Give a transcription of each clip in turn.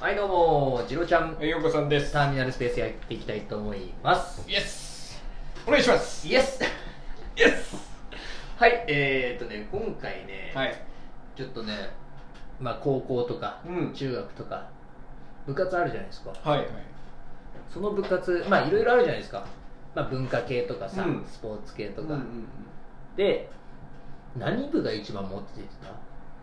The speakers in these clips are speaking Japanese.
はいどうも、ジロちゃん、 ようこさんです。 ターミナルスペースやっていきたいと思います。 イエス。お願いします。 イエスイエス。 はい、今回ね、 はい。 ちょっとね、高校とか、中学とか、部活あるじゃないですか。 はいはい。 その部活、いろいろあるじゃないですか。文化系とかさ、スポーツ系とか。で、何部が一番モテてた？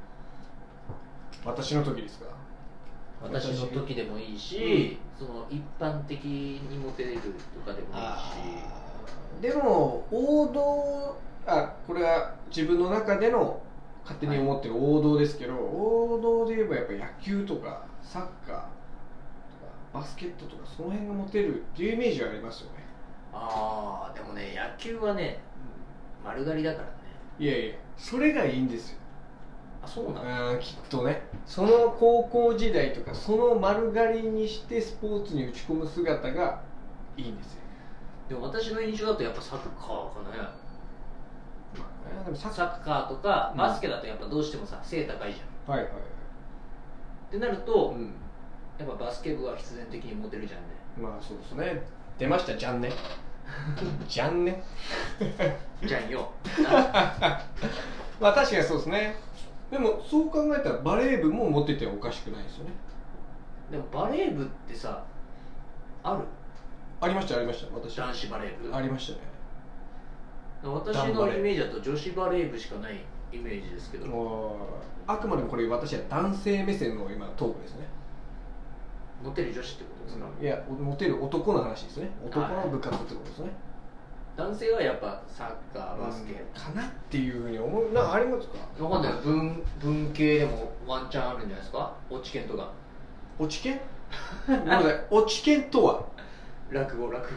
私の時ですか？ 私の時でもいいし、その一般的にモテるとかでもいいし。 でも王道、これは自分の中での勝手に思ってる王道ですけど、王道で言えばやっぱ野球とかサッカーとかバスケットとかその辺がモテるっていうイメージはありますよね。 でもね、野球はね、丸刈りだからね。 いやいや、それがいいんですよ。 そうなの？ きっとね、その高校時代とかその丸刈りにしてスポーツに打ち込む姿がいいんですよ。 でも私の印象だとやっぱサッカーかね。 でもサッカーとかバスケだとやっぱどうしてもさ、背高いじゃん。 はいはい。 ってなると、やっぱバスケ部は必然的にモテるじゃんね。 そうですね。出ましたじゃんね。じゃんね。 じゃんよ。 確かにそうですね。でもそう考えたらバレー部もモテてはおかしくないですよね。 でもバレー部ってさ、ありました私。 男子バレー部ありましたね。 私のイメージだと女子バレー部しかないイメージですけど。 あくまでもこれ私は男性目線の今トークですね。 モテる女子ってことですか？ いや、モテる男の話ですね。男の部活ってことですね。 男性はやっぱサッカー、バスケかなっていうふうに思う。ありますか？ 分かんない。文系でもワンチャンあるんじゃないですか？落ち研とか。 落ち研？ごめんなさい、落ち研とは？ 落語。 落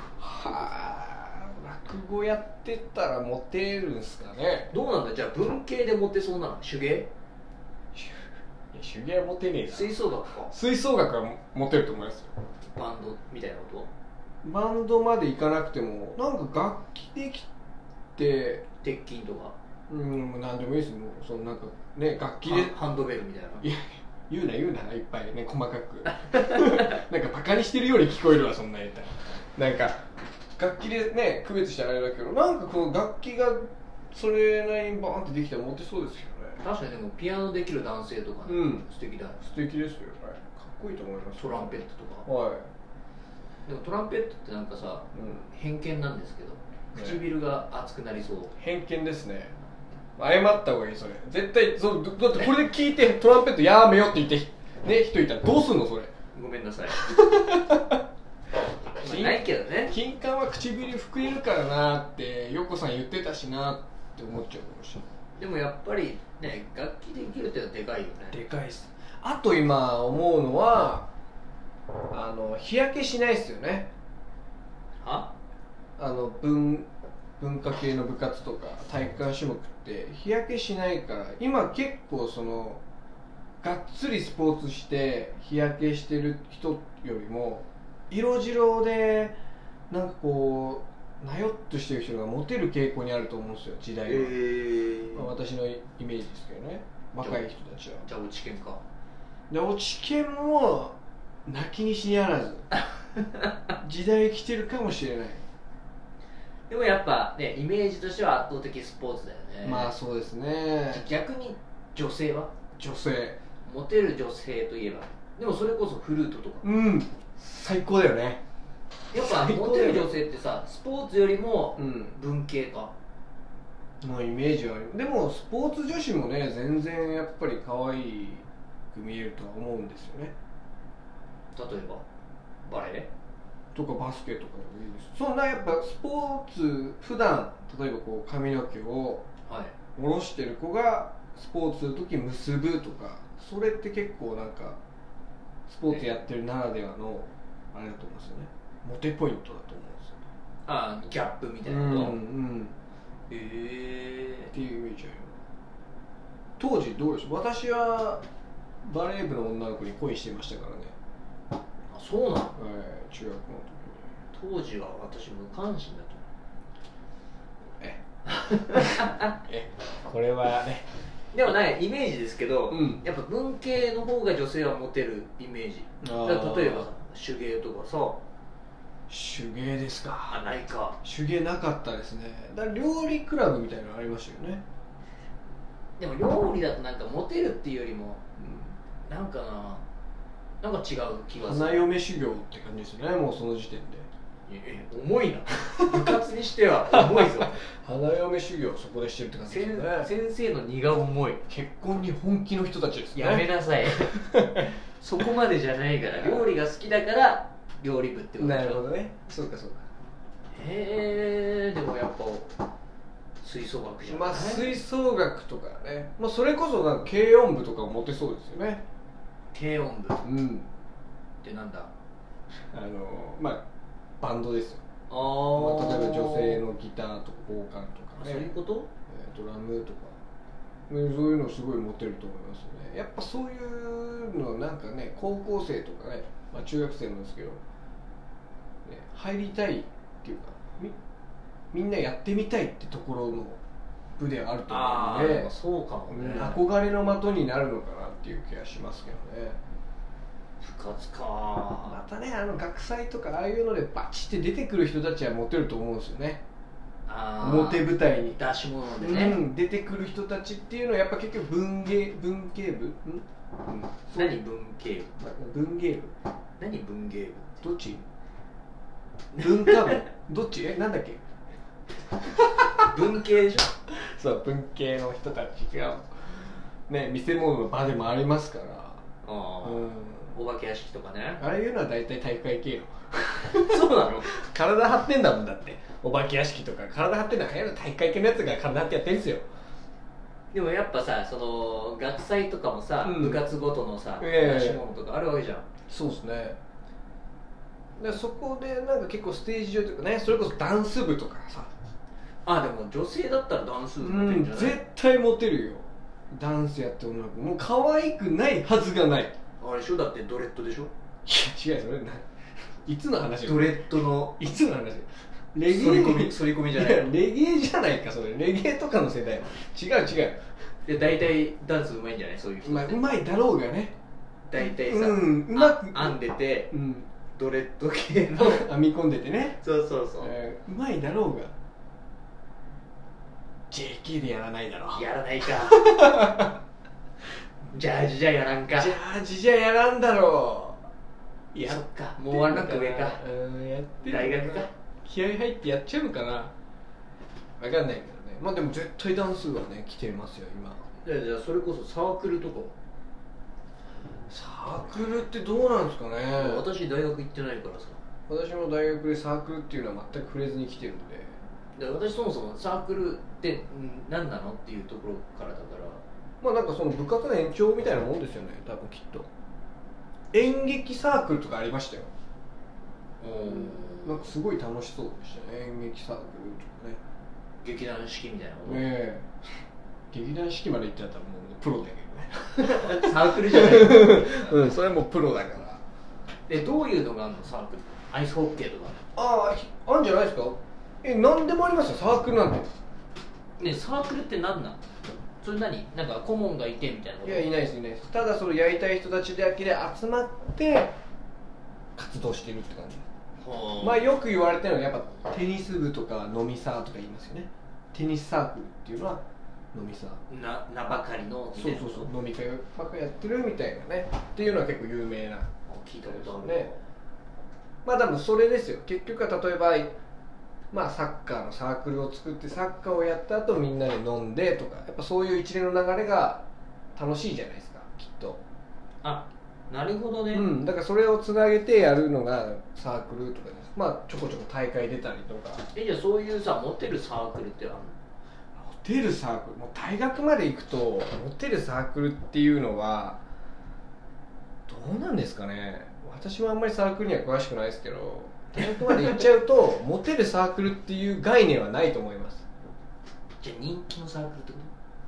語やってたらモテるんすかね。 どうなんだ。じゃあ文系でモテそうなの？手芸？ 手芸はモテねえな。 吹奏楽か。 吹奏楽はモテると思いますよ。 バンドみたいなこと？ バンドまでいかなくてもなんか楽器できて、 鉄筋とかなんでもいいですよ。もうそのなんかね、楽器でハンドベルみたいな。 いや、言うないっぱいね、細かくなんかバカにしてるように聞こえるわ、そんな言ったら。なんか楽器でね、区別したらあれだけど、なんかこの楽器がそれなりにバーンってできたらモテそうですよね。 確かに。でもピアノできる男性とかね、素敵だ。 素敵ですよ、かっこいいと思います。 トランペットとか。でもトランペットってなんかさ、偏見なんですけど、唇が熱くなりそう。 偏見ですね。謝った方がいい。それ絶対だってこれで聞いてトランペットやめよって言ってね、人いたらどうすんのそれ。 ごめんなさい。ないけどね。 金管は唇膨れるからなってヨコさん言ってたしなって思っちゃうかもしれない。 でもやっぱりね、楽器できるってのはでかいよね。 でかいっす。あと今思うのは日焼けしないっすよね。文化系の部活とか体育館種目って日焼けしないから、今結構そのがっつりスポーツして日焼けしてる人よりも色白でなんかこうなよっとしてる人がモテる傾向にあると思うんですよ、時代は。私のイメージですけどね、若い人たちは。 じゃあ落ち研か。 で落ち研も泣きにしにあらず時代来てるかもしれない。 でもやっぱね、イメージとしては圧倒的スポーツだよね。 そうですね。 逆に女性は？ 女性モテる女性といえば、でもそれこそフルートとか。 最高だよね。 やっぱモテる女性ってさ、スポーツよりも文系かのイメージはある。でもスポーツ女子もね、全然やっぱり可愛く見えるとは思うんですよね。 例えばバレーとかバスケとかでもいいです。そんなやっぱスポーツ普段例えばこう髪の毛を下ろしてる子がスポーツの時結ぶとか、それって結構なんかスポーツやってるならではのあれだと思うんですよね。モテポイントだと思うんですよ。 ギャップみたいなこと。っていうイメージある。当時どうでしょう。私はバレー部の女の子に恋してましたからね。 そうなの？ 中学の時に。当時は私無関心だと思う。 これはね、 でもないイメージですけど、 うん、 やっぱ文系の方が女性はモテるイメージ。だから例えば手芸とかさ。 手芸ですか。 あ、ないか。 手芸なかったですね。だから料理クラブみたいなのありましたよね。 でも料理だとなんかモテるっていうよりも、うん、なんか違う気がする。 花嫁修行って感じですよね、もうその時点で。 重いな。部活にしては重いぞ。 花嫁修行そこでしてるって感じですね。 先生の荷が重い。 結婚に本気の人たちですね。 やめなさい。そこまでじゃないから。料理が好きだから料理部ってことでしょ。 なるほどね。そうかそうか。 でもやっぱ吹奏楽じゃない。 まあ吹奏楽とかね、まあ、それこそなんか軽音部とかもモテそうですよね。 軽音部、 うん、 ってなんだ。 まあバンドですよ。まあ、例えば女性のギターとかボーカルとかね、 そういうこと、 ドラムとか、そういうのすごいモテると思いますよね。やっぱそういうのなんかね、高校生とかね、まあ、中学生なんですけど、ね、入りたいっていうか、みんなやってみたいってところの部ではあると思うので、 そうかもね、 憧れの的になるのかなっていう気がしますけどね。 部活か。 またね、学祭とかああいうのでバチって出てくる人たちはモテると思うんですよね。表舞台に出し物でね、 出てくる人たちっていうのはやっぱ結局文系部、 何文系部、 文芸部、 何文芸部、 どっち、文化部どっち、なんだっけ文系でしょ。 そう、文系の人たちがね、見せ物の場でもありますから。 お化け屋敷とかね。 ああいうのは大体体育会系よ。 そうなの。 体張ってんだもん。だってお化け屋敷とか体張ってんだから、体育会系のやつが体張ってやってるんですよ。 でもやっぱさ、その学祭とかもさ、部活ごとのさ、出し物とかあるわけじゃん。 そうですね。でそこでなんか結構ステージ上というかね、それこそダンス部とかさ。 でも女性だったらダンス部モテるんじゃない？ 絶対モテるよ。ダンスやって女の子もう可愛くないはずがない。 あれでしょ、だってドレッドでしょ。 いや違う、それいつの話？ ドレッドのいつの話？ レゲエ反り込みじゃない。 レゲエじゃないか、それ。レゲエとかの世代。違う。 で大体ダンスうまいんじゃない、そういう人。 うまいだろうがね。 大体さ、 うまく編んでて、ドレッド系の編み込んでてね。 そう、うまいだろうが JK でやらないだろう。 やらないか。ジャージじゃやらんか。 ジャージじゃやらんだろう。 そっか、もうワンランク上か。 やって大学か。 気合入ってやっちゃうのかな、分かんないけどね。まあでも絶対ダンスはね来てますよ今。 じゃあそれこそサークルとか。 サークルってどうなんですかね。 私大学行ってないからさ。 私も大学でサークルっていうのは全く触れずに来てるんで。 私そもそもサークルって何なのっていうところからだから。 まあなんかその部活の延長みたいなもんですよね、多分きっと。演劇サークルとかありましたよ。なんかすごい楽しそうでしたね、演劇サークルとかね。 劇団四季みたいなことね。劇団四季まで行っちゃったらもうプロだけどね。 サークルじゃないそれはもうプロだから。 どういうのがあるの、サークル。アイスホッケーとか。 あるんじゃないですか。何でもありますよ、サークルなんて。 ね、サークルって何なの？それ何？なんか顧問がいてみたいなこと？ いや、いないです。ただそのやりたい人たちだけで集まって活動してるって感じ。まあよく言われてるのはやっぱテニス部とか飲みサーとか言いますよね。テニスサークルっていうのは飲みサー名ばかりの。 そう飲み会ばっかやってるみたいなねっていうのは結構有名な。 聞いたことあるね。 まあ多分それですよ。結局は例えばまあサッカーのサークルを作ってサッカーをやった後みんなで飲んでとか、やっぱそういう一連の流れが楽しいじゃないですか、きっと。 なるほどね。 だからそれをつなげてやるのがサークルとかです。まあちょこちょこ大会出たりとか。 じゃあそういうさ、モテるサークルってあるの？ モテるサークル、もう大学まで行くとモテるサークルっていうのはどうなんですかね。私もあんまりサークルには詳しくないですけど、大学まで行っちゃうとモテるサークルっていう概念はないと思います。 じゃあ人気のサークルってこと？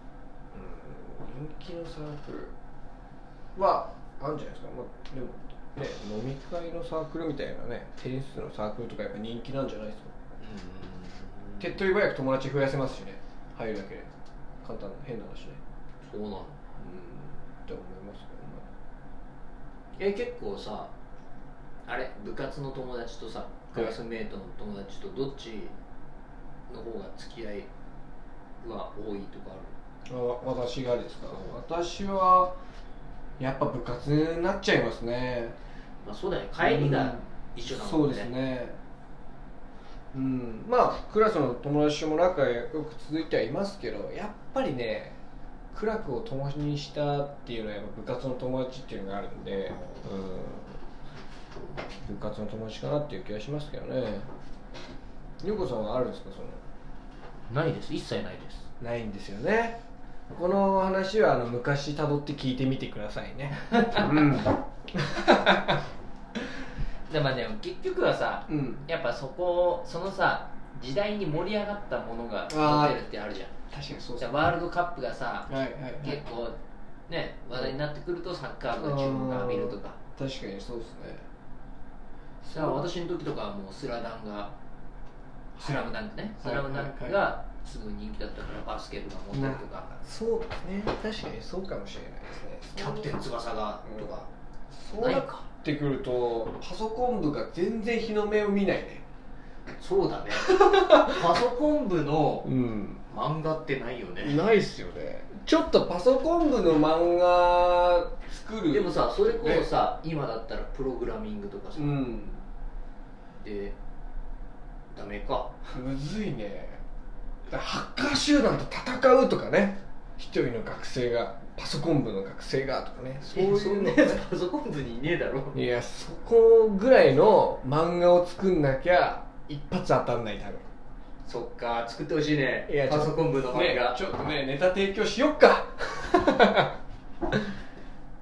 人気のサークルはあるんじゃないですか。まあ、でもね、飲み会のサークルみたいなね、テニスのサークルとかやっぱ人気なんじゃないですか。手っ取り早く友達増やせますしね、入るだけで。簡単な変な話ね。 そうなの。 って思いますけどね。 結構さ、あれ部活の友達とさクラスメートの友達とどっちの方が付き合いは多いとかある？ 私がですか？私はやっぱ部活になっちゃいますね。 まあそうだよね、帰りが一緒だもんね。 そうですね。まあクラスの友達とも仲良く続いてはいますけど、やっぱりね苦楽を共にしたっていうのはやっぱ部活の友達っていうのがあるんで、部活の友達かなっていう気がしますけどね。ゆうこさんはあるんですか？ ないです、一切ないです。 ないんですよね。この話は昔辿って聞いてみてくださいね。 でも結局はさ、やっぱそのさ時代に盛り上がったものが持ってるってあるじゃん。 確かにそうですね。ワールドカップがさ、 結構ね話題になってくるとサッカー部が注目を浴びるとか。 確かにそうですね。 私の時とかはもうスラムダンクね、スラムダンクがすごい人気だったからバスケ部が持ってるとか。 そうね、確かにそうかもしれないですね。 キャプテン翼がとか。 そうなってくるとパソコン部が全然日の目を見ないね。 そうだね。パソコン部の漫画ってないよね。 ないっすよね。ちょっとパソコン部の漫画作る。 でもさ、それこそさ、今だったらプログラミングとかさ、でダメか。 むずいね。ハッカー集団と戦うとかね。一人の学生がパソコン部の学生がとかね。 そういうのやつパソコン部にいねえだろ。 いや、そこぐらいの漫画を作んなきゃ一発当たんない多分。 そっか、作ってほしいね。 いやパソコン部の漫画、 ちょっとねネタ提供しよっか。